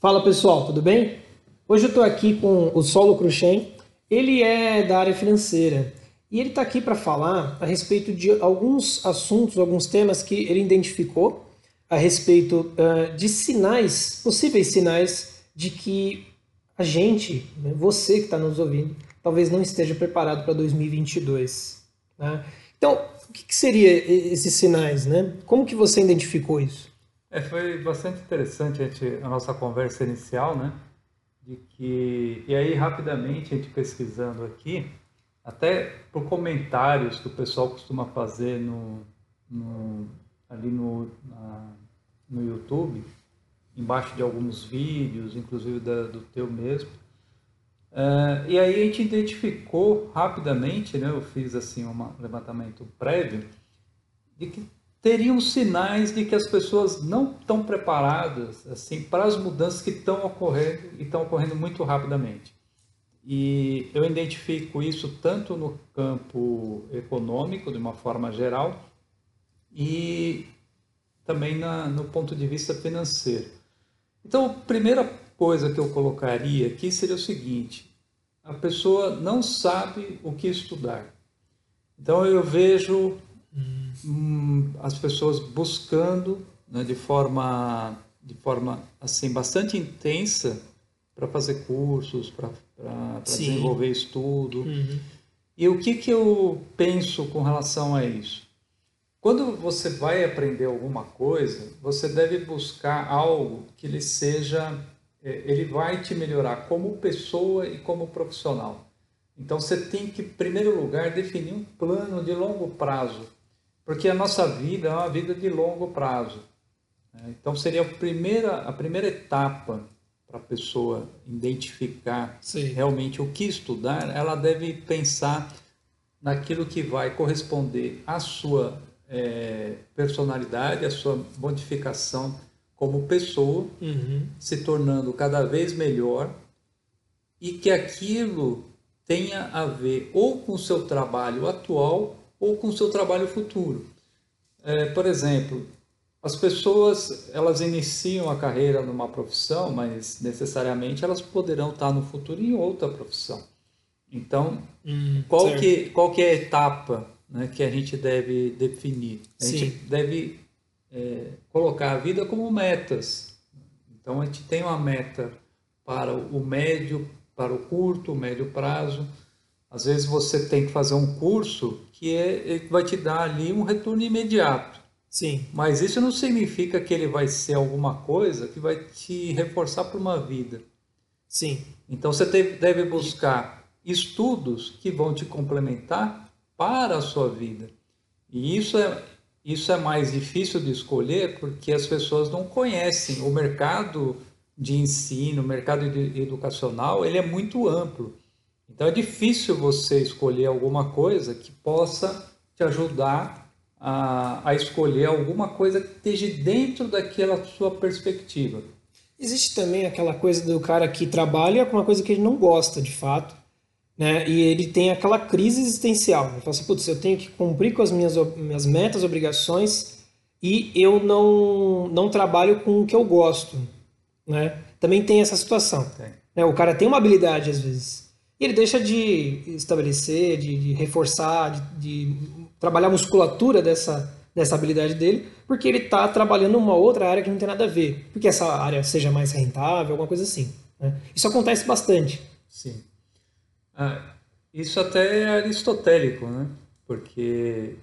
Fala pessoal, tudo bem? Hoje eu estou aqui com o Saulo Cruxem. Ele é da área financeira e ele está aqui para falar a respeito de alguns assuntos, alguns temas que ele identificou a respeito de sinais, possíveis sinais de que a gente, né, você que está nos ouvindo, talvez não esteja preparado para 2022. Né? Então, o que seria esses sinais, né? Como que você identificou isso? Foi bastante interessante a nossa conversa inicial, né? E aí, rapidamente, a gente pesquisando aqui, até por comentários que o pessoal costuma fazer no, ali no YouTube, embaixo de alguns vídeos, inclusive do teu mesmo. E aí a gente identificou rapidamente, né? Eu fiz assim um levantamento prévio, de que teriam sinais de que as pessoas não estão preparadas assim para as mudanças que estão ocorrendo e estão ocorrendo muito rapidamente. E eu identifico isso tanto no campo econômico, de uma forma geral, e também no ponto de vista financeiro. Então, a primeira coisa que eu colocaria aqui seria o seguinte: a pessoa não sabe o que estudar. Então, eu vejo as pessoas buscando, né, de forma assim bastante intensa para fazer cursos, para Sim. desenvolver estudo. Uhum. E o que eu penso com relação a isso? Quando você vai aprender alguma coisa, você deve buscar algo que ele seja, ele vai te melhorar como pessoa e como profissional. Então você tem que, em primeiro lugar, definir um plano de longo prazo, porque a nossa vida é uma vida de longo prazo, né? Então seria a primeira etapa para a pessoa identificar Sei. realmente o que estudar. Ela deve pensar naquilo que vai corresponder à sua personalidade, à sua modificação como pessoa, Uhum. se tornando cada vez melhor, e que aquilo tenha a ver ou com o seu trabalho atual ou com o seu trabalho futuro. Por exemplo, as pessoas elas iniciam a carreira numa profissão, mas necessariamente elas poderão estar no futuro em outra profissão. Então, qual Certo. que, qual que é a etapa, né, que a gente deve definir? A gente Sim. deve colocar a vida como metas. Então, a gente tem uma meta para o médio, para o curto, o médio prazo. Às vezes você tem que fazer um curso que ele vai te dar ali um retorno imediato. Sim. Mas isso não significa que ele vai ser alguma coisa que vai te reforçar para uma vida. Sim. Então você deve E- buscar estudos que vão te complementar para a sua vida. E isso é mais difícil de escolher porque as pessoas não conhecem. O mercado de ensino, o mercado educacional, ele é muito amplo. Então é difícil você escolher alguma coisa que possa te ajudar a escolher alguma coisa que esteja dentro daquela sua perspectiva. Existe também aquela coisa do cara que trabalha com uma coisa que ele não gosta de fato, né? E ele tem aquela crise existencial. Ele fala assim, putz, eu tenho que cumprir com as minhas metas, obrigações e eu não trabalho com o que eu gosto, né? Também tem essa situação, Tem. né? O cara tem uma habilidade às vezes e ele deixa de estabelecer, de reforçar, de trabalhar a musculatura dessa habilidade dele, porque ele está trabalhando uma outra área que não tem nada a ver, porque essa área seja mais rentável, alguma coisa assim, né? Isso acontece bastante. Sim. Ah, isso até é aristotélico, né? Porque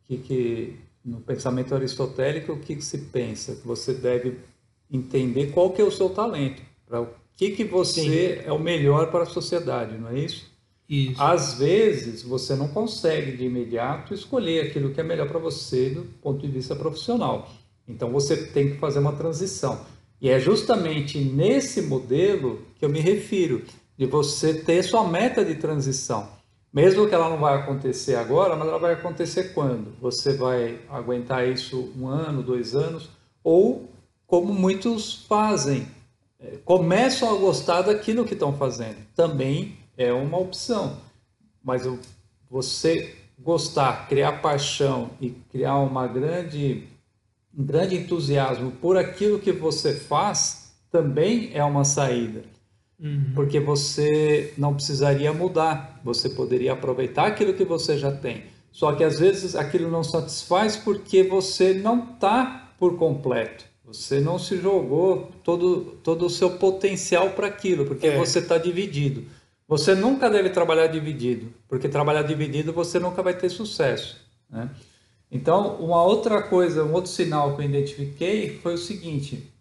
no pensamento aristotélico, o que se pensa? Que você deve entender qual que é o seu talento, para o que Sim, você é o melhor para a sociedade, não é isso? isso. Às vezes, você não consegue de imediato escolher aquilo que é melhor para você do ponto de vista profissional. Então, você tem que fazer uma transição. E é justamente nesse modelo que eu me refiro, de você ter sua meta de transição. Mesmo que ela não vai acontecer agora, mas ela vai acontecer quando? Você vai aguentar isso 1 ano, 2 anos, ou como muitos fazem, começam a gostar daquilo que estão fazendo. Também é uma opção. Mas você gostar, criar paixão e criar um grande entusiasmo por aquilo que você faz, também é uma saída, porque você não precisaria mudar, você poderia aproveitar aquilo que você já tem. Só que às vezes aquilo não satisfaz porque você não está por completo. Você não se jogou todo o seu potencial para aquilo, porque você está dividido. Você nunca deve trabalhar dividido, porque trabalhar dividido você nunca vai ter sucesso, né? Então, uma outra coisa, um outro sinal que eu identifiquei foi o seguinte: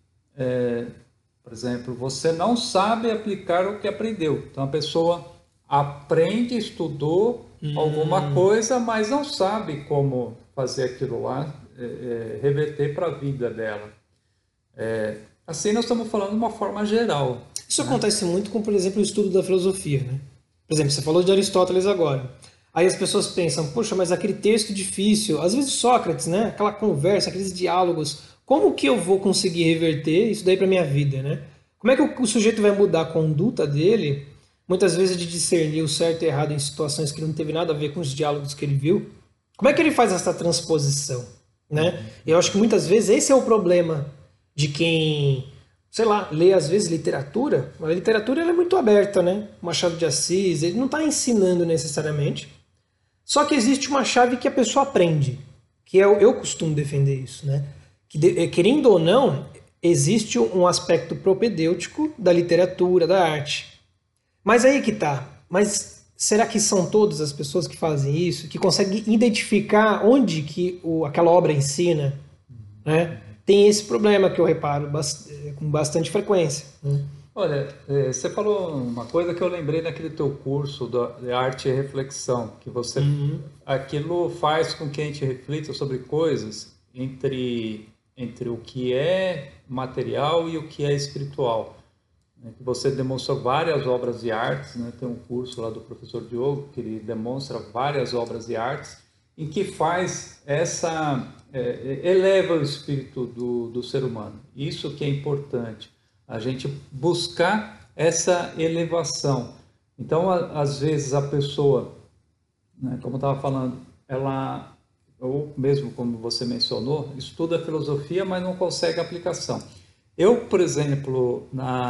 por exemplo, você não sabe aplicar o que aprendeu. Então, a pessoa aprende, estudou alguma coisa, mas não sabe como fazer aquilo lá, reverter para a vida dela. Assim, nós estamos falando de uma forma geral. Isso acontece muito com, por exemplo, o estudo da filosofia, né? Por exemplo, você falou de Aristóteles agora. Aí as pessoas pensam, poxa, mas aquele texto difícil, às vezes Sócrates, né? Aquela conversa, aqueles diálogos, como que eu vou conseguir reverter isso daí para minha vida, né? Como é que o sujeito vai mudar a conduta dele, muitas vezes de discernir o certo e errado em situações que não teve nada a ver com os diálogos que ele viu? Como é que ele faz essa transposição, né? Eu acho que muitas vezes esse é o problema de quem, sei lá, lê às vezes literatura. A literatura ela é muito aberta, né? Machado de Assis, ele não está ensinando necessariamente. Só que existe uma chave que a pessoa aprende, que eu costumo defender isso, né? Que, querendo ou não, existe um aspecto propedêutico da literatura, da arte. Mas aí que tá. Mas será que são todas as pessoas que fazem isso, que conseguem identificar onde que aquela obra ensina, né? Tem esse problema que eu reparo com bastante frequência, né? Olha, você falou uma coisa que eu lembrei naquele teu curso de arte e reflexão, que você, aquilo faz com que a gente reflita sobre coisas entre o que é material e o que é espiritual, né? Você demonstrou várias obras de artes, né? Tem um curso lá do professor Diogo que ele demonstra várias obras de artes em que faz eleva o espírito do ser humano. Isso que é importante, a gente buscar essa elevação. Então, às vezes a pessoa, né, como eu estava falando, ela, ou mesmo como você mencionou, estuda filosofia, mas não consegue aplicação. Eu, por exemplo,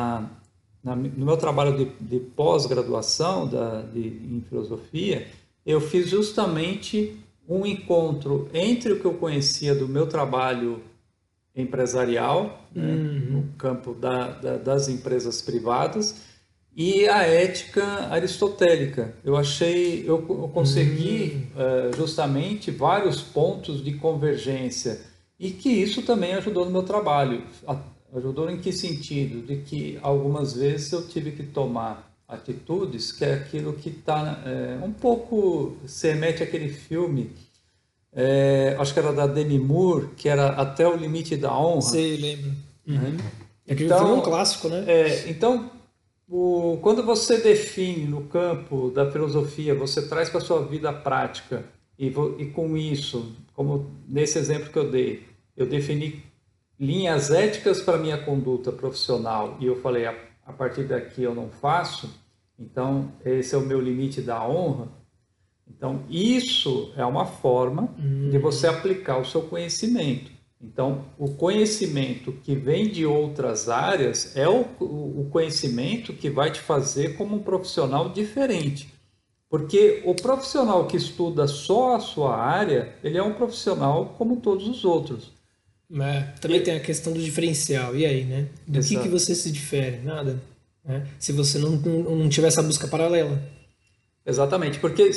no meu trabalho de pós-graduação em filosofia, eu fiz justamente um encontro entre o que eu conhecia do meu trabalho empresarial, né, no campo das empresas privadas, e a ética aristotélica. Eu consegui justamente vários pontos de convergência e que isso também ajudou no meu trabalho. Ajudou em que sentido? De que algumas vezes eu tive que tomar atitudes, que é aquilo que está um pouco se remete àquele filme, acho que era da Demi Moore, que era Até o Limite da Honra. Sei, lembro. Né? Aquele filme é um clássico, né? Então, quando você define no campo da filosofia, você traz para a sua vida prática, e com isso, como nesse exemplo que eu dei, eu defini linhas éticas para minha conduta profissional, e eu falei, a partir daqui eu não faço, então esse é o meu limite da honra. Então, isso é uma forma de você aplicar o seu conhecimento. Então, o conhecimento que vem de outras áreas é o conhecimento que vai te fazer como um profissional diferente. Porque o profissional que estuda só a sua área, ele é um profissional como todos os outros. Também tem a questão do diferencial. E aí, né? Do que você se difere? Nada. Né? Se você não tiver essa busca paralela. Exatamente, porque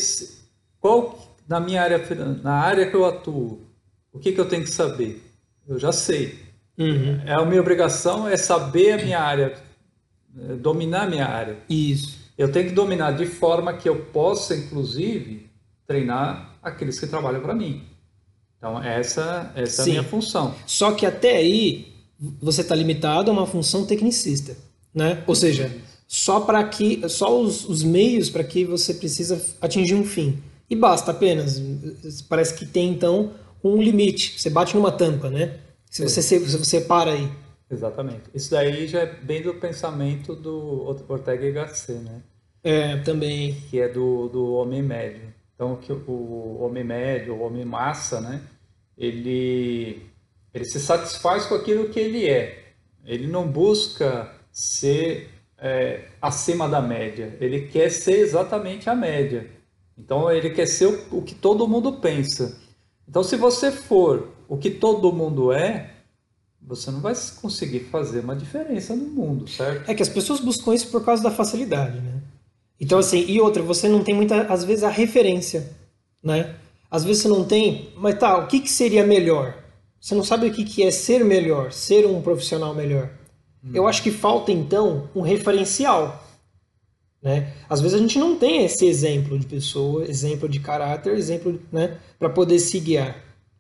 na minha área, na área que eu atuo, o que eu tenho que saber? Eu já sei. A minha obrigação é saber a minha área, dominar a minha área. Isso. Eu tenho que dominar de forma que eu possa, inclusive, treinar aqueles que trabalham para mim. Então, essa é a minha função. Só que até aí, você está limitado a uma função tecnicista, né? Ou seja, só os meios para que você precisa atingir um fim. E basta apenas. Parece que tem, então, um limite. Você bate numa tampa, né? Se você para aí. Exatamente. Isso daí já é bem do pensamento do Ortega y Gasset, né? Também. Que é do homem médio. Então, que o homem médio, o homem massa, né? Ele se satisfaz com aquilo que ele é. Ele não busca ser acima da média, ele quer ser exatamente a média. Então ele quer ser o que todo mundo pensa. Então se você for o que todo mundo é, você não vai conseguir fazer uma diferença no mundo, certo? É que as pessoas buscam isso por causa da facilidade, né? Então, assim, e outra, você não tem muita, às vezes, a referência, né? Às vezes você não tem, mas tá, o que que seria melhor? Você não sabe o que que é ser melhor, ser um profissional melhor. Eu acho que falta, então, um referencial, né? Às vezes a gente não tem esse exemplo de pessoa, exemplo de caráter, exemplo, né, para poder se guiar.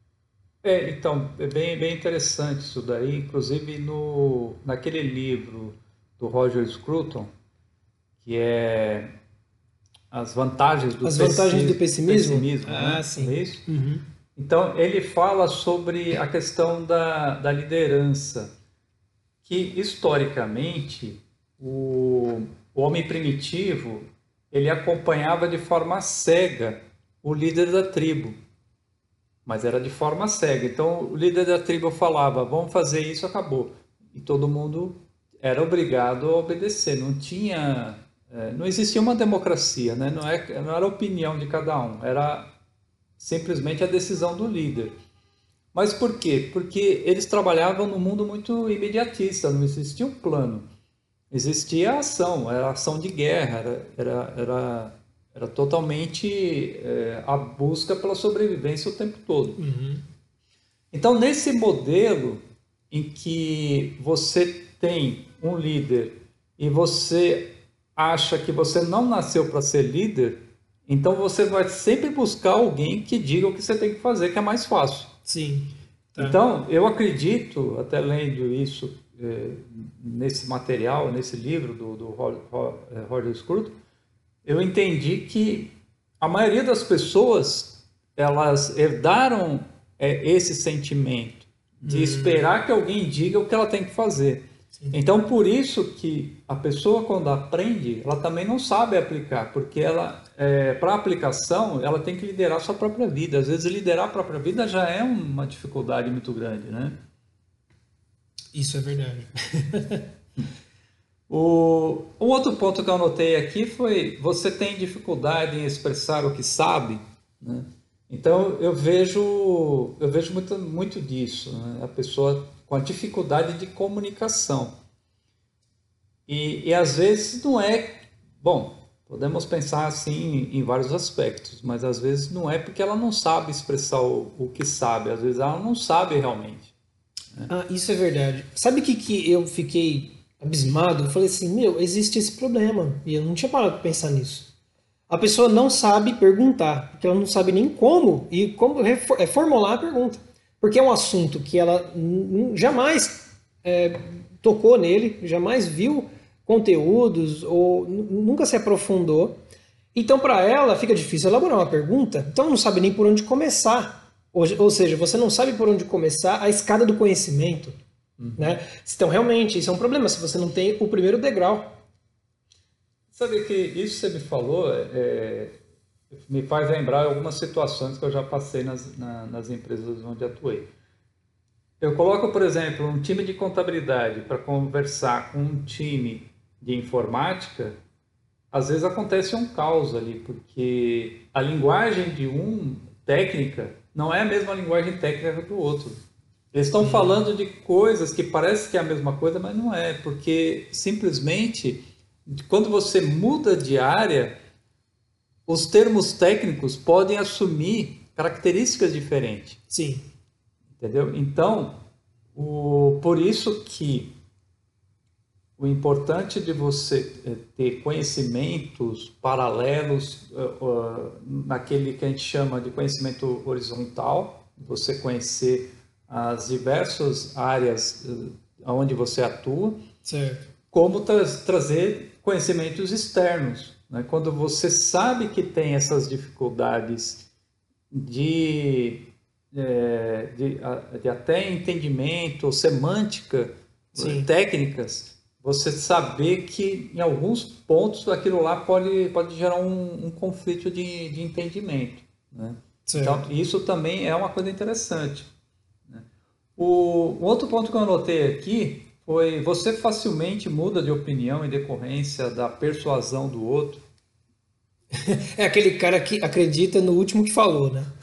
Então, é bem interessante isso daí. Inclusive, naquele livro do Roger Scruton, que é As Vantagens do As vantagens do pessimismo? Pessimismo, Ah, né? Não sim. é isso? Uhum. Então, ele fala sobre a questão da liderança, que historicamente o homem primitivo ele acompanhava de forma cega o líder da tribo, mas era de forma cega. Então, o líder da tribo falava, vamos fazer isso, acabou. E todo mundo era obrigado a obedecer. Não existia uma democracia, né? Não era a opinião de cada um, era simplesmente a decisão do líder. Mas por quê? Porque eles trabalhavam num mundo muito imediatista, não existia um plano. Existia a ação, era ação de guerra, era totalmente a busca pela sobrevivência o tempo todo. Uhum. Então, nesse modelo em que você tem um líder e você acha que você não nasceu para ser líder, então você vai sempre buscar alguém que diga o que você tem que fazer, que é mais fácil. Sim. Tá. Então, eu acredito, até lendo isso nesse material, nesse livro do Roger Scruton, eu entendi que a maioria das pessoas elas herdaram esse sentimento de esperar que alguém diga o que ela tem que fazer. Sim. Então, por isso que a pessoa, quando aprende, ela também não sabe aplicar, porque ela, para a aplicação, ela tem que liderar a sua própria vida. Às vezes, liderar a própria vida já é uma dificuldade muito grande, né? Isso é verdade. Um outro ponto que eu anotei aqui foi: você tem dificuldade em expressar o que sabe, né? Então eu vejo muito disso, né? A pessoa com a dificuldade de comunicação. E às vezes não é. Bom, podemos pensar assim em vários aspectos, mas às vezes não é porque ela não sabe expressar o que sabe, às vezes ela não sabe realmente. Ah, isso é verdade. Sabe o que eu fiquei abismado? Eu falei assim, meu, existe esse problema. E eu não tinha parado para pensar nisso. A pessoa não sabe perguntar, porque ela não sabe nem como e como formular a pergunta. Porque é um assunto que ela jamais tocou nele, jamais viu conteúdos ou nunca se aprofundou. Então, para ela, fica difícil elaborar uma pergunta, então não sabe nem por onde começar. Ou seja, você não sabe por onde começar a escada do conhecimento. Né? Então, realmente, isso é um problema, se você não tem o primeiro degrau. Sabe que isso que você me falou me faz lembrar algumas situações que eu já passei nas empresas onde atuei. Eu coloco, por exemplo, um time de contabilidade para conversar com um time de informática, às vezes acontece um caos ali, porque a linguagem de um técnica não é a mesma linguagem técnica do outro. Eles estão falando de coisas que parece que é a mesma coisa, mas não é, porque simplesmente quando você muda de área, os termos técnicos podem assumir características diferentes. Sim. Entendeu? Então, por isso que o importante de você ter conhecimentos paralelos naquele que a gente chama de conhecimento horizontal, você conhecer as diversas áreas onde você atua, Certo. como trazer conhecimentos externos, né? Quando você sabe que tem essas dificuldades de até entendimento ou semântica, Sim. técnicas, você saber que em alguns pontos aquilo lá pode gerar um conflito de entendimento, né? Então, Certo. isso também é uma coisa interessante, né? O outro ponto que eu anotei aqui foi, você facilmente muda de opinião em decorrência da persuasão do outro? É aquele cara que acredita no último que falou, né?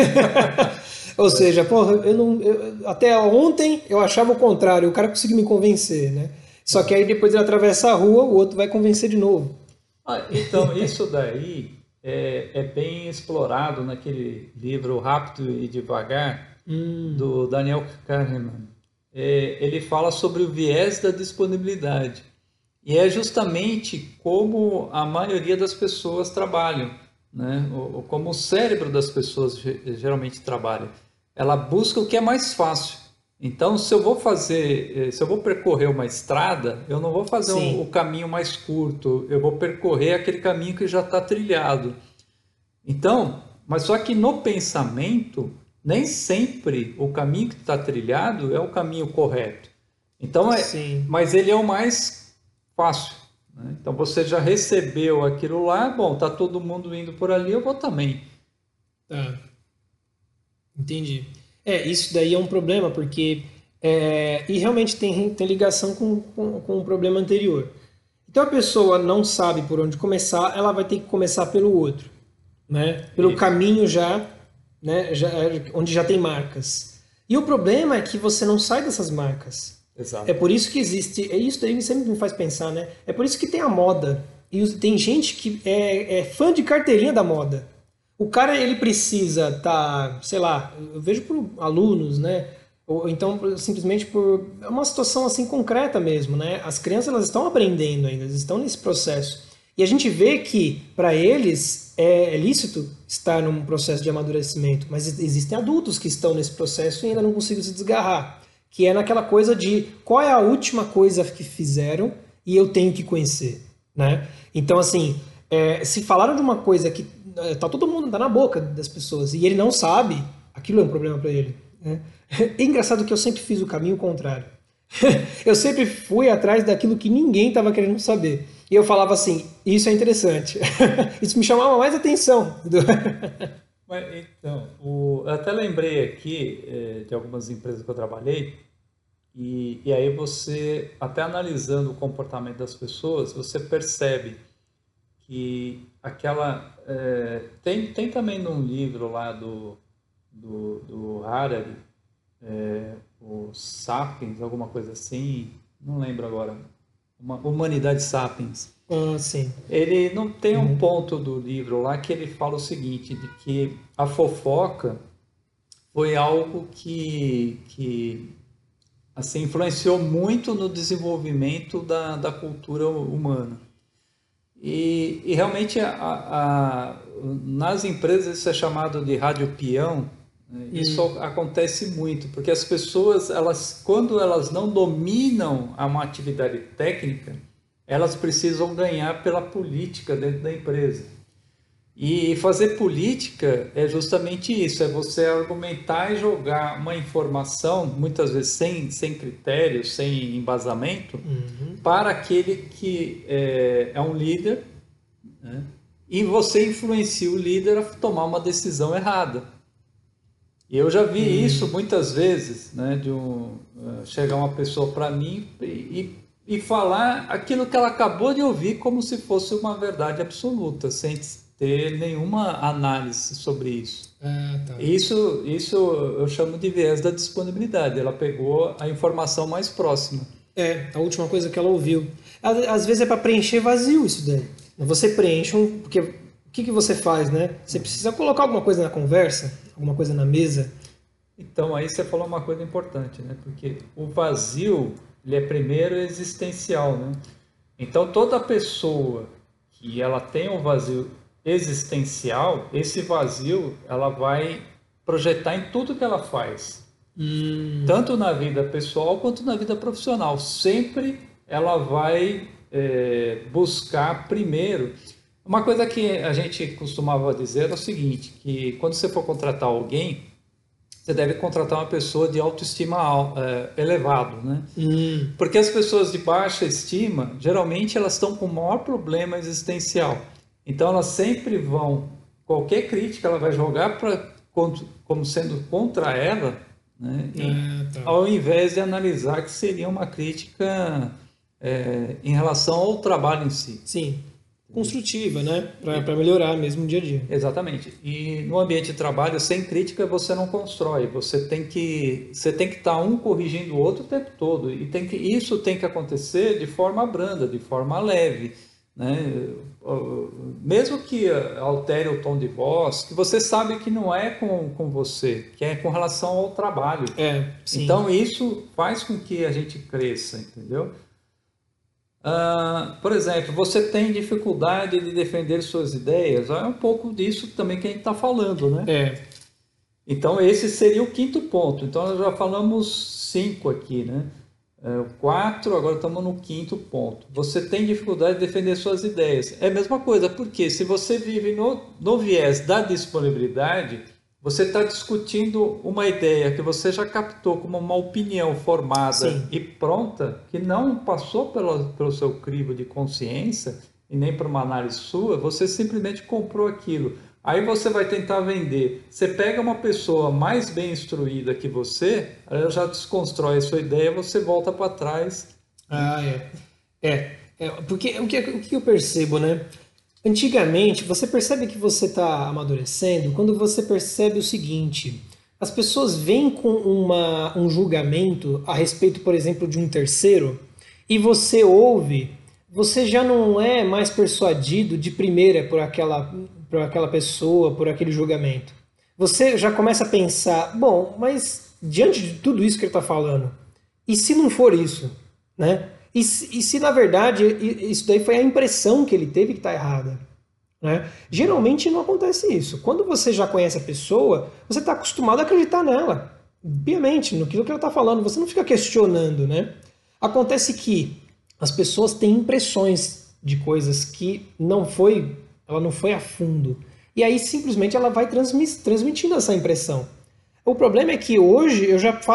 Ou seja, porra, até ontem eu achava o contrário, o cara conseguiu me convencer, né? Só que aí depois ele atravessa a rua, o outro vai convencer de novo. Então, isso daí é bem explorado naquele livro Rápido e Devagar, do Daniel Kahneman. Ele fala sobre o viés da disponibilidade. E é justamente como a maioria das pessoas trabalham, né? Ou como o cérebro das pessoas geralmente trabalha. Ela busca o que é mais fácil. Então, se eu vou percorrer uma estrada, eu não vou fazer o Sim, caminho mais curto, eu vou percorrer aquele caminho que já está trilhado. Então, mas só que no pensamento, nem sempre o caminho que está trilhado é o caminho correto. Então, sim. mas ele é o mais fácil, né? Então você já recebeu aquilo lá, bom, tá todo mundo indo por ali, eu vou também. Tá, entendi. Isso daí é um problema, porque. E realmente tem ligação com o problema anterior. Então a pessoa não sabe por onde começar, ela vai ter que começar pelo outro, né? Pelo Isso, caminho já, né? Onde já tem marcas. E o problema é que você não sai dessas marcas. É exato. por isso que existe. É isso daí que sempre me faz pensar, né? É por isso que tem a moda. E tem gente que é fã de carteirinha da moda. O cara, ele precisa estar, sei lá, eu vejo por alunos, né? Ou então simplesmente por uma situação assim concreta mesmo, né? As crianças, elas estão aprendendo ainda, elas estão nesse processo. E a gente vê que para eles é lícito estar num processo de amadurecimento, mas existem adultos que estão nesse processo e ainda não conseguem se desgarrar, que é naquela coisa de qual é a última coisa que fizeram e eu tenho que conhecer, né? Então, assim, se falaram de uma coisa que tá todo mundo, tá na boca das pessoas, e ele não sabe, aquilo é um problema para ele, né? É engraçado que eu sempre fiz o caminho contrário. Eu sempre fui atrás daquilo que ninguém estava querendo saber. E eu falava assim, isso é interessante. Isso me chamava mais atenção. Mas, então, eu até lembrei aqui de algumas empresas que eu trabalhei, e aí você, até analisando o comportamento das pessoas, você percebe que aquela. Tem também num livro lá do Harari, o Sapiens, alguma coisa assim, não lembro agora, uma Humanidade Sapiens. Ah, sim. Ele não tem um Uhum. ponto do livro lá que ele fala o seguinte, de que a fofoca foi algo que assim, influenciou muito no desenvolvimento da cultura humana. E realmente nas empresas isso é chamado de rádio peão, né? Isso Hum, acontece muito, porque as pessoas, quando elas não dominam uma atividade técnica, elas precisam ganhar pela política dentro da empresa. E fazer política é justamente isso, é você argumentar e jogar uma informação, muitas vezes sem critério, sem embasamento, uhum. para aquele que é um líder, né? E você influencia o líder a tomar uma decisão errada. E eu já vi isso Hum. muitas vezes, né, chegar uma pessoa para mim e falar aquilo que ela acabou de ouvir como se fosse uma verdade absoluta, sem ter nenhuma análise sobre isso. Ah, tá. Isso eu chamo de viés da disponibilidade. Ela pegou a informação mais próxima. A última coisa que ela ouviu. Às vezes é para preencher vazio isso daí. Você preenche um. Porque o que você faz, né? Você precisa colocar alguma coisa na conversa, alguma coisa na mesa. Então, aí você falou uma coisa importante, né? Porque o vazio, ele é primeiro existencial, né? Então, toda pessoa que ela tem um vazio existencial, esse vazio ela vai projetar em tudo que ela faz, Hum, tanto na vida pessoal quanto na vida profissional. Sempre ela vai buscar primeiro. Uma coisa que a gente costumava dizer é o seguinte, que quando você for contratar alguém, você deve contratar uma pessoa de autoestima elevado, né? hum, Porque as pessoas de baixa estima, geralmente elas estão com o maior problema existencial. Então elas sempre vão, qualquer crítica ela vai jogar como sendo contra ela, né? Tá. Ao invés de analisar que seria uma crítica em relação ao trabalho em si. Sim. Construtiva, né? Para melhorar mesmo no dia a dia. Exatamente. E no ambiente de trabalho, sem crítica, você não constrói. Você tem que estar um corrigindo o outro o tempo todo. E isso tem que acontecer de forma branda, de forma leve, né? Mesmo que altere o tom de voz, que você sabe que não é com você, que é com relação ao trabalho. Sim. Então isso faz com que a gente cresça, entendeu? Por exemplo, você tem dificuldade de defender suas ideias, é um pouco disso também que a gente está falando, né? Então, esse seria o quinto ponto. Então, nós já falamos 5 aqui, né? 4, agora estamos no quinto ponto. Você tem dificuldade de defender suas ideias. É a mesma coisa, porque se você vive no viés da disponibilidade, você está discutindo uma ideia que você já captou como uma opinião formada e pronta, que não passou pelo seu crivo de consciência e nem por uma análise sua, você simplesmente comprou aquilo. Aí você vai tentar vender. Você pega uma pessoa mais bem instruída que você, ela já desconstrói a sua ideia, você volta para trás. Porque o que eu percebo, né? Antigamente, você percebe que você está amadurecendo quando você percebe o seguinte: as pessoas vêm com um julgamento a respeito, por exemplo, de um terceiro, e você ouve, você já não é mais persuadido de primeira por aquela pessoa, por aquele julgamento. Você já começa a pensar, bom, mas diante de tudo isso que ele está falando, e se não for isso, né? E se na verdade isso daí foi a impressão que ele teve que está errada? Né? Geralmente não acontece isso. Quando você já conhece a pessoa, você está acostumado a acreditar nela, piamente, no que ela está falando. Você não fica questionando, né? Acontece que as pessoas têm impressões de coisas que ela não foi a fundo. E aí simplesmente ela vai transmitindo essa impressão. O problema é que hoje eu já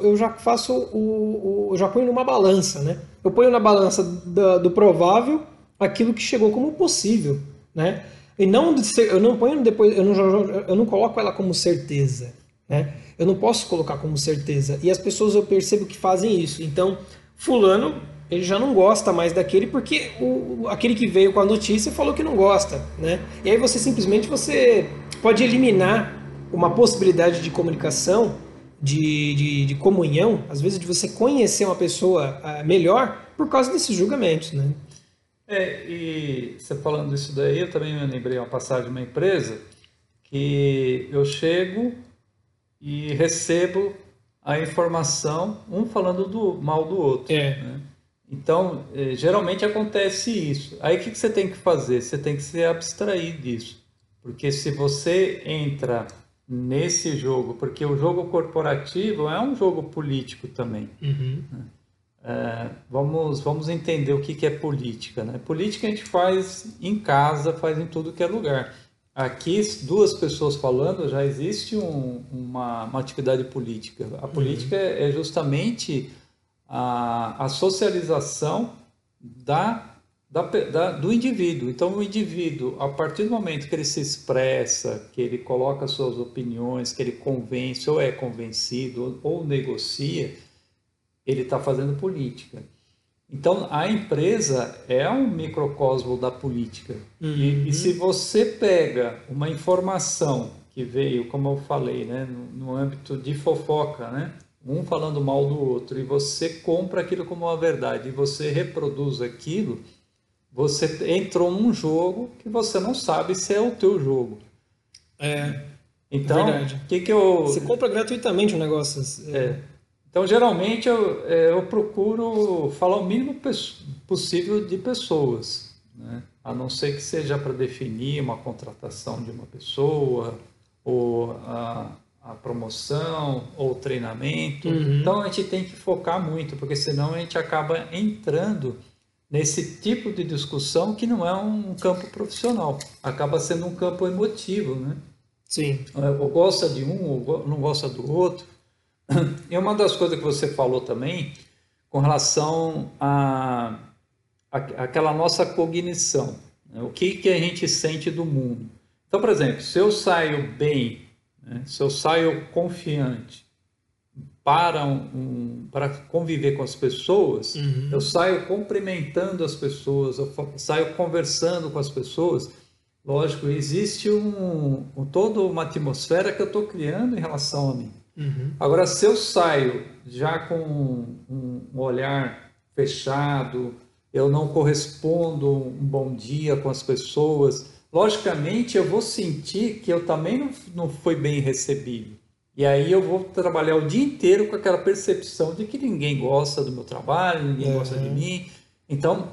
ponho numa balança, né? Eu ponho na balança do provável aquilo que chegou como possível, né? E eu não ponho depois, eu não coloco ela como certeza, né? Eu não posso colocar como certeza. E as pessoas eu percebo que fazem isso. Então, fulano, ele já não gosta mais daquele porque aquele que veio com a notícia falou que não gosta, né? E aí você pode eliminar uma possibilidade de comunicação, de comunhão, às vezes de você conhecer uma pessoa melhor por causa desses julgamentos, né? E você falando isso daí, eu também me lembrei uma passagem de uma empresa que eu chego e recebo a informação, um falando mal do outro. Né? Então, geralmente acontece isso. Aí o que você tem que fazer? Você tem que se abstrair disso. Porque se você entra nesse jogo, porque o jogo corporativo é um jogo político também. Vamos entender o que é política, né? Política a gente faz em casa, faz em tudo que é lugar. Aqui, duas pessoas falando, já existe uma atividade política. A política é justamente a socialização do indivíduo. Então, o indivíduo, a partir do momento que ele se expressa, que ele coloca suas opiniões, que ele convence ou é convencido ou negocia, ele está fazendo política. Então, a empresa é um microcosmo da política. E se você pega uma informação que veio, como eu falei, né, no âmbito de fofoca, né, um falando mal do outro, e você compra aquilo como uma verdade, e você reproduz aquilo, você entrou num jogo que você não sabe se é o teu jogo. Então, verdade. Você compra gratuitamente um negócio. Então, geralmente, eu procuro falar o mínimo possível de pessoas, né? A não ser que seja para definir uma contratação de uma pessoa, ou a promoção, ou o treinamento. Então, a gente tem que focar muito, porque senão a gente acaba entrando nesse tipo de discussão que não é um campo profissional, acaba sendo um campo emotivo, né? Sim. Ou gosta de um, ou não gosta do outro. E uma das coisas que você falou também, com relação àquela nossa cognição, né? O que a gente sente do mundo. Então, por exemplo, se eu saio bem, né? Se eu saio confiante, para conviver com as pessoas, eu saio cumprimentando as pessoas, eu saio conversando com as pessoas. Lógico, existe toda uma atmosfera que eu estou criando em relação a mim. Agora, se eu saio já com um olhar fechado, eu não correspondo um bom dia com as pessoas, logicamente eu vou sentir que eu também não fui bem recebido. E aí eu vou trabalhar o dia inteiro com aquela percepção de que ninguém gosta do meu trabalho, ninguém gosta de mim. Então,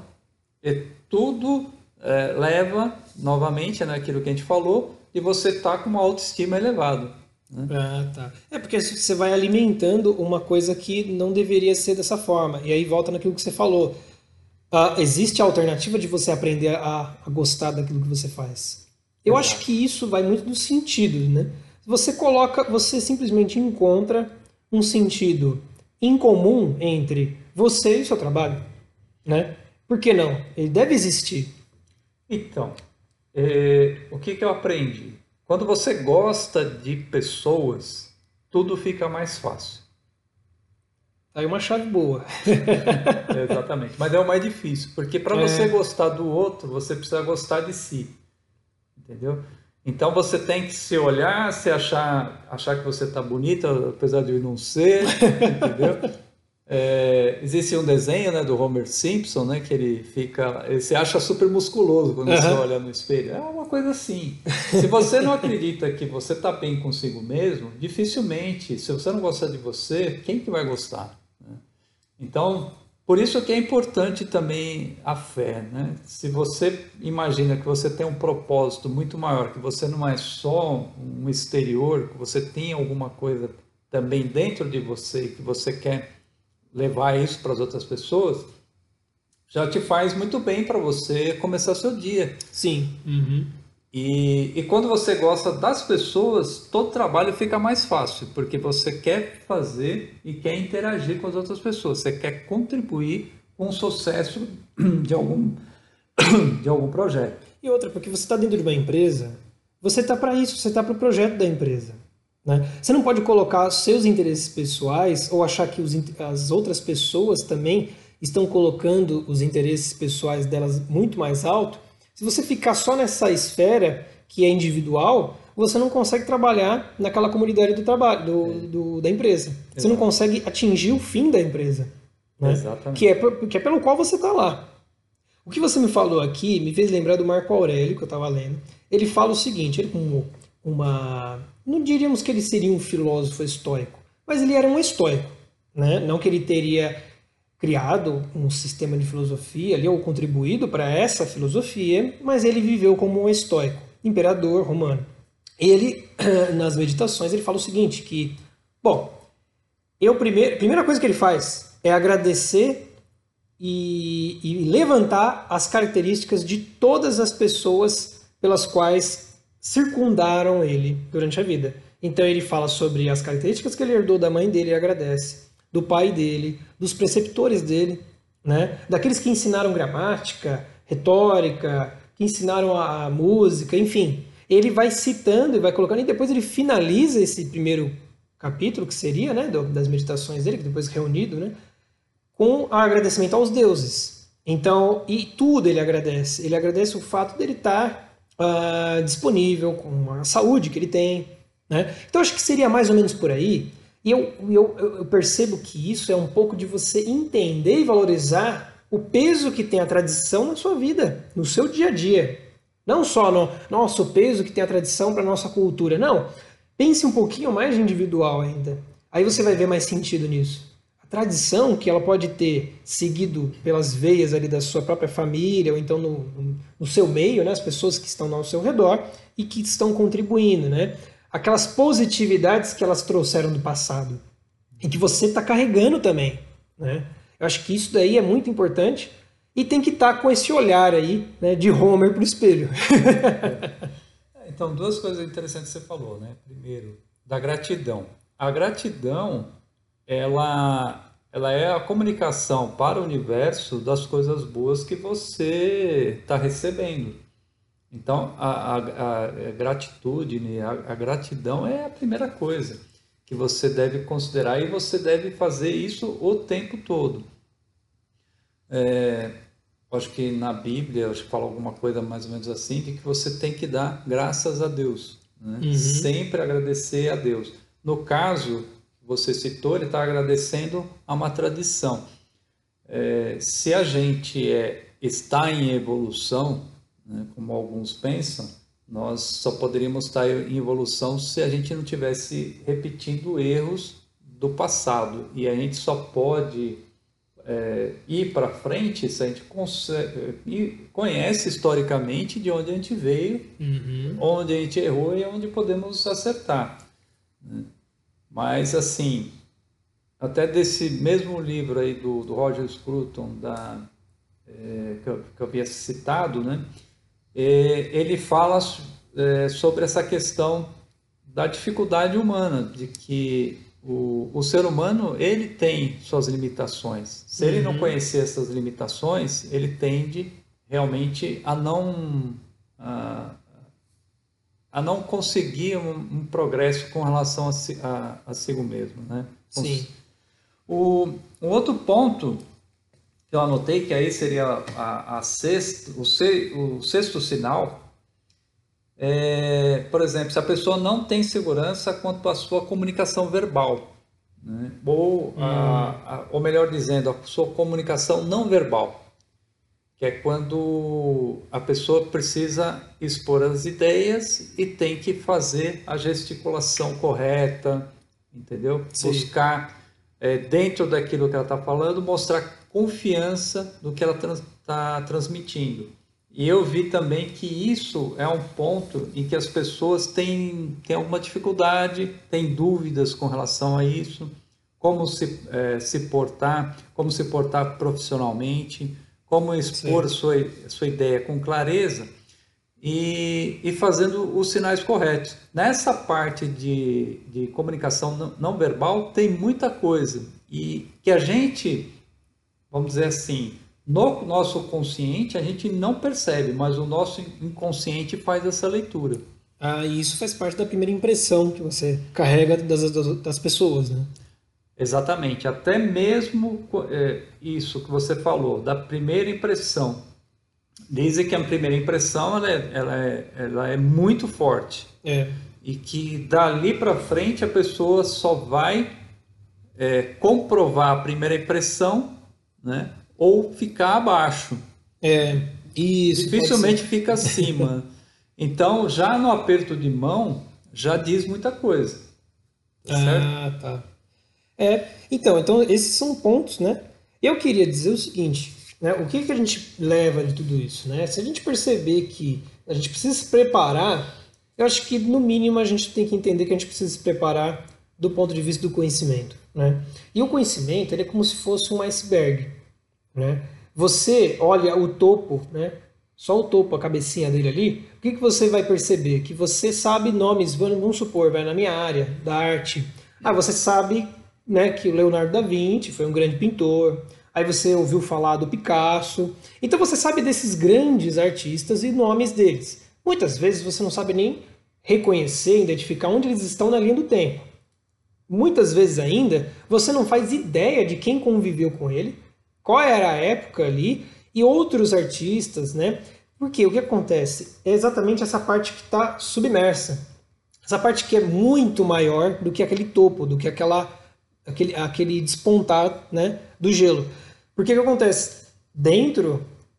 tudo leva, novamente, naquilo que a gente falou, de você estar com uma autoestima elevada. Né? Ah, tá. É porque você vai alimentando uma coisa que não deveria ser dessa forma. E aí volta naquilo que você falou. Existe a alternativa de você aprender a gostar daquilo que você faz. Eu acho que isso vai muito do sentido, né? Você simplesmente encontra um sentido em comum entre você e o seu trabalho, né? Por que não? Ele deve existir. Então, o que eu aprendi? Quando você gosta de pessoas, tudo fica mais fácil. Tá aí uma chave boa. Exatamente. Mas é o mais difícil, porque para você gostar do outro, você precisa gostar de si. Entendeu? Então você tem que se olhar, se achar que você está bonita, apesar de não ser, entendeu? Existe um desenho, né, do Homer Simpson, né, que ele se acha super musculoso quando você olha no espelho. É uma coisa assim. Se você não acredita que você está bem consigo mesmo, dificilmente, se você não gostar de você, quem que vai gostar? Né? Então, por isso que é importante também a fé, né? Se você imagina que você tem um propósito muito maior, que você não é só um exterior, que você tem alguma coisa também dentro de você, que você quer levar isso para as outras pessoas, já te faz muito bem para você começar seu dia. Sim. E quando você gosta das pessoas, todo trabalho fica mais fácil, porque você quer fazer e quer interagir com as outras pessoas, você quer contribuir com o sucesso de algum projeto. E outra, porque você está dentro de uma empresa, você está para isso, você está para o projeto da empresa. Né? Você não pode colocar seus interesses pessoais ou achar que as outras pessoas também estão colocando os interesses pessoais delas muito mais alto. Se você ficar só nessa esfera que é individual, você não consegue trabalhar naquela comunidade do trabalho, da empresa. Você não consegue atingir o fim da empresa. Né? Exatamente. Que é pelo qual você está lá. O que você me falou aqui me fez lembrar do Marco Aurélio, que eu estava lendo. Ele fala o seguinte, ele como não diríamos que ele seria um filósofo estoico, mas ele era um estoico. Né? Não que ele teria criado um sistema de filosofia ali, ou contribuído para essa filosofia, mas ele viveu como um estoico, imperador romano. Ele, nas meditações, ele fala o seguinte, que, bom, primeira coisa que ele faz é agradecer e levantar as características de todas as pessoas pelas quais circundaram ele durante a vida. Então ele fala sobre as características que ele herdou da mãe dele e agradece, do pai dele, dos preceptores dele, né? Daqueles que ensinaram gramática, retórica, que ensinaram a música, enfim. Ele vai citando e vai colocando, e depois ele finaliza esse primeiro capítulo, que seria, né, das meditações dele, que depois reunido, né, com agradecimento aos deuses. Então, e tudo ele agradece. Ele agradece o fato dele estar disponível, com a saúde que ele tem. Né? Então, acho que seria mais ou menos por aí. E eu percebo que isso é um pouco de você entender e valorizar o peso que tem a tradição na sua vida, no seu dia a dia. Não só o peso que tem a tradição para a nossa cultura. Não. Pense um pouquinho mais de individual ainda. Aí você vai ver mais sentido nisso. A tradição que ela pode ter seguido pelas veias ali da sua própria família, ou então no seu meio, né, as pessoas que estão ao seu redor e que estão contribuindo, né? Aquelas positividades que elas trouxeram do passado e que você está carregando também, né? Eu acho que isso daí é muito importante e tem que estar com esse olhar aí, né, de Homer para o espelho. Então, duas coisas interessantes que você falou, né? Primeiro, da gratidão. A gratidão, ela é a comunicação para o universo das coisas boas que você está recebendo. Então, a gratitude, né? A gratidão é a primeira coisa que você deve considerar e você deve fazer isso o tempo todo. Acho que na Bíblia, acho que fala alguma coisa mais ou menos assim, de que você tem que dar graças a Deus, né? Sempre agradecer a Deus. No caso, você citou, ele está agradecendo a uma tradição. Se a gente está em evolução, né, como alguns pensam, nós só poderíamos estar em evolução se a gente não tivesse repetindo erros do passado. E a gente só pode ir para frente se a gente conhece historicamente de onde a gente veio, onde a gente errou e onde podemos acertar, né? Mas, assim, até desse mesmo livro aí do Roger Scruton, que eu havia citado, né? Ele fala sobre essa questão da dificuldade humana, de que o ser humano, ele tem suas limitações. Se ele não conhecer essas limitações, ele tende realmente a não conseguir um progresso com relação a si mesmo, né? Sim. Um outro ponto que eu anotei, que aí seria o sexto sinal, por exemplo, se a pessoa não tem segurança quanto à sua comunicação verbal, né? Ou melhor dizendo, a sua comunicação não verbal, que é quando a pessoa precisa expor as ideias e tem que fazer a gesticulação correta, entendeu? Sim. Buscar, dentro daquilo que ela está falando, mostrar confiança no que ela está transmitindo. E eu vi também que isso é um ponto em que as pessoas têm alguma dificuldade, têm dúvidas com relação a isso, como se portar, como se portar profissionalmente, como expor sua ideia com clareza e fazendo os sinais corretos. Nessa parte de comunicação não verbal tem muita coisa e que a gente, vamos dizer assim, no nosso consciente a gente não percebe, mas o nosso inconsciente faz essa leitura. E isso faz parte da primeira impressão que você carrega das pessoas, né? Exatamente, até mesmo isso que você falou, da primeira impressão. Dizem que a primeira impressão ela é muito forte. E que dali para frente a pessoa só vai comprovar a primeira impressão, né? Ou ficar abaixo. Isso dificilmente fica acima. Então, já no aperto de mão, já diz muita coisa. Tá certo? Tá. Então, esses são pontos, né? Eu queria dizer o seguinte, né? O que a gente leva de tudo isso, né? Se a gente perceber que a gente precisa se preparar, eu acho que, no mínimo, a gente tem que entender que a gente precisa se preparar do ponto de vista do conhecimento, né? E o conhecimento, ele é como se fosse um iceberg, né? Você olha o topo, né? Só o topo, a cabecinha dele ali, o que você vai perceber? Que você sabe nomes, vamos supor, vai na minha área da arte. Você sabe, né, que o Leonardo da Vinci foi um grande pintor. Aí você ouviu falar do Picasso. Então você sabe desses grandes artistas e nomes deles. Muitas vezes você não sabe nem reconhecer, identificar onde eles estão na linha do tempo. Muitas vezes ainda, você não faz ideia de quem conviveu com ele, qual era a época ali, e outros artistas, né? Porque o que acontece é exatamente essa parte que está submersa. Essa parte que é muito maior do que aquele topo, do que aquele despontar, né, do gelo. Porque o que acontece? Dentro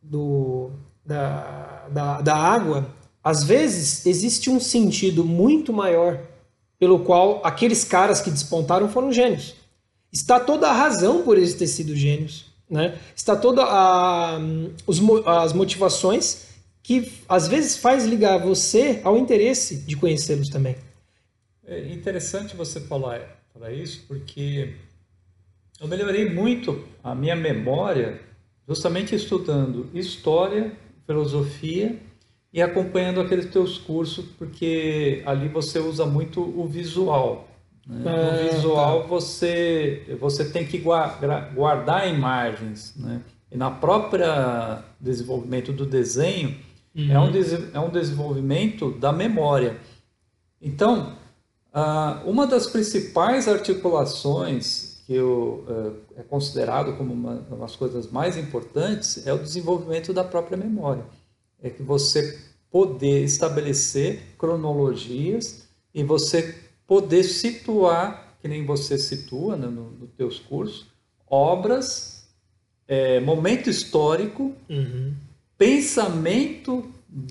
da água, às vezes existe um sentido muito maior pelo qual aqueles caras que despontaram foram gênios. Está toda a razão por eles terem sido gênios, né? Está toda as motivações que às vezes faz ligar você ao interesse de conhecê-los também. É interessante você falar isso, porque eu melhorei muito a minha memória justamente estudando história, filosofia e acompanhando aqueles teus cursos, porque ali você usa muito o visual. Né? No visual você tem que guardar imagens, né? E na própria desenvolvimento do desenho é um desenvolvimento da memória. Então, Uma das principais articulações que é considerado como uma das coisas mais importantes é o desenvolvimento da própria memória. É que você poder estabelecer cronologias e você poder situar, que nem você situa, né, nos teus cursos, obras, momento histórico, pensamento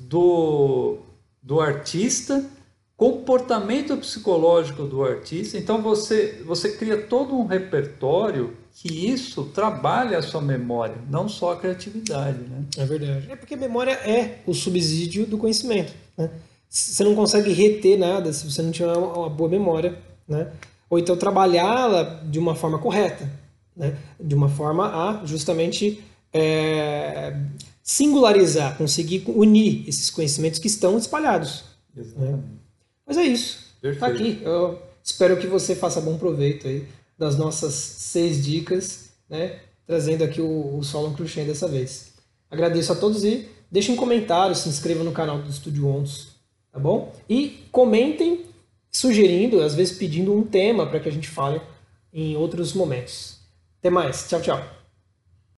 do artista, comportamento psicológico do artista. Então você cria todo um repertório que isso trabalha a sua memória, não só a criatividade, né? É verdade. É porque memória é o subsídio do conhecimento, né? Você não consegue reter nada se você não tiver uma boa memória, né? Ou então trabalhá-la de uma forma correta, né? De uma forma a justamente singularizar, conseguir unir esses conhecimentos que estão espalhados. Exatamente. Né? Mas é isso. Tá aqui. Eu espero que você faça bom proveito aí das nossas 6 dicas, né? Trazendo aqui o Solon Cruxem dessa vez. Agradeço a todos e deixem comentários, se inscrevam no canal do Estúdio Ontos, tá bom? E comentem sugerindo, às vezes pedindo um tema para que a gente fale em outros momentos. Até mais. Tchau, tchau.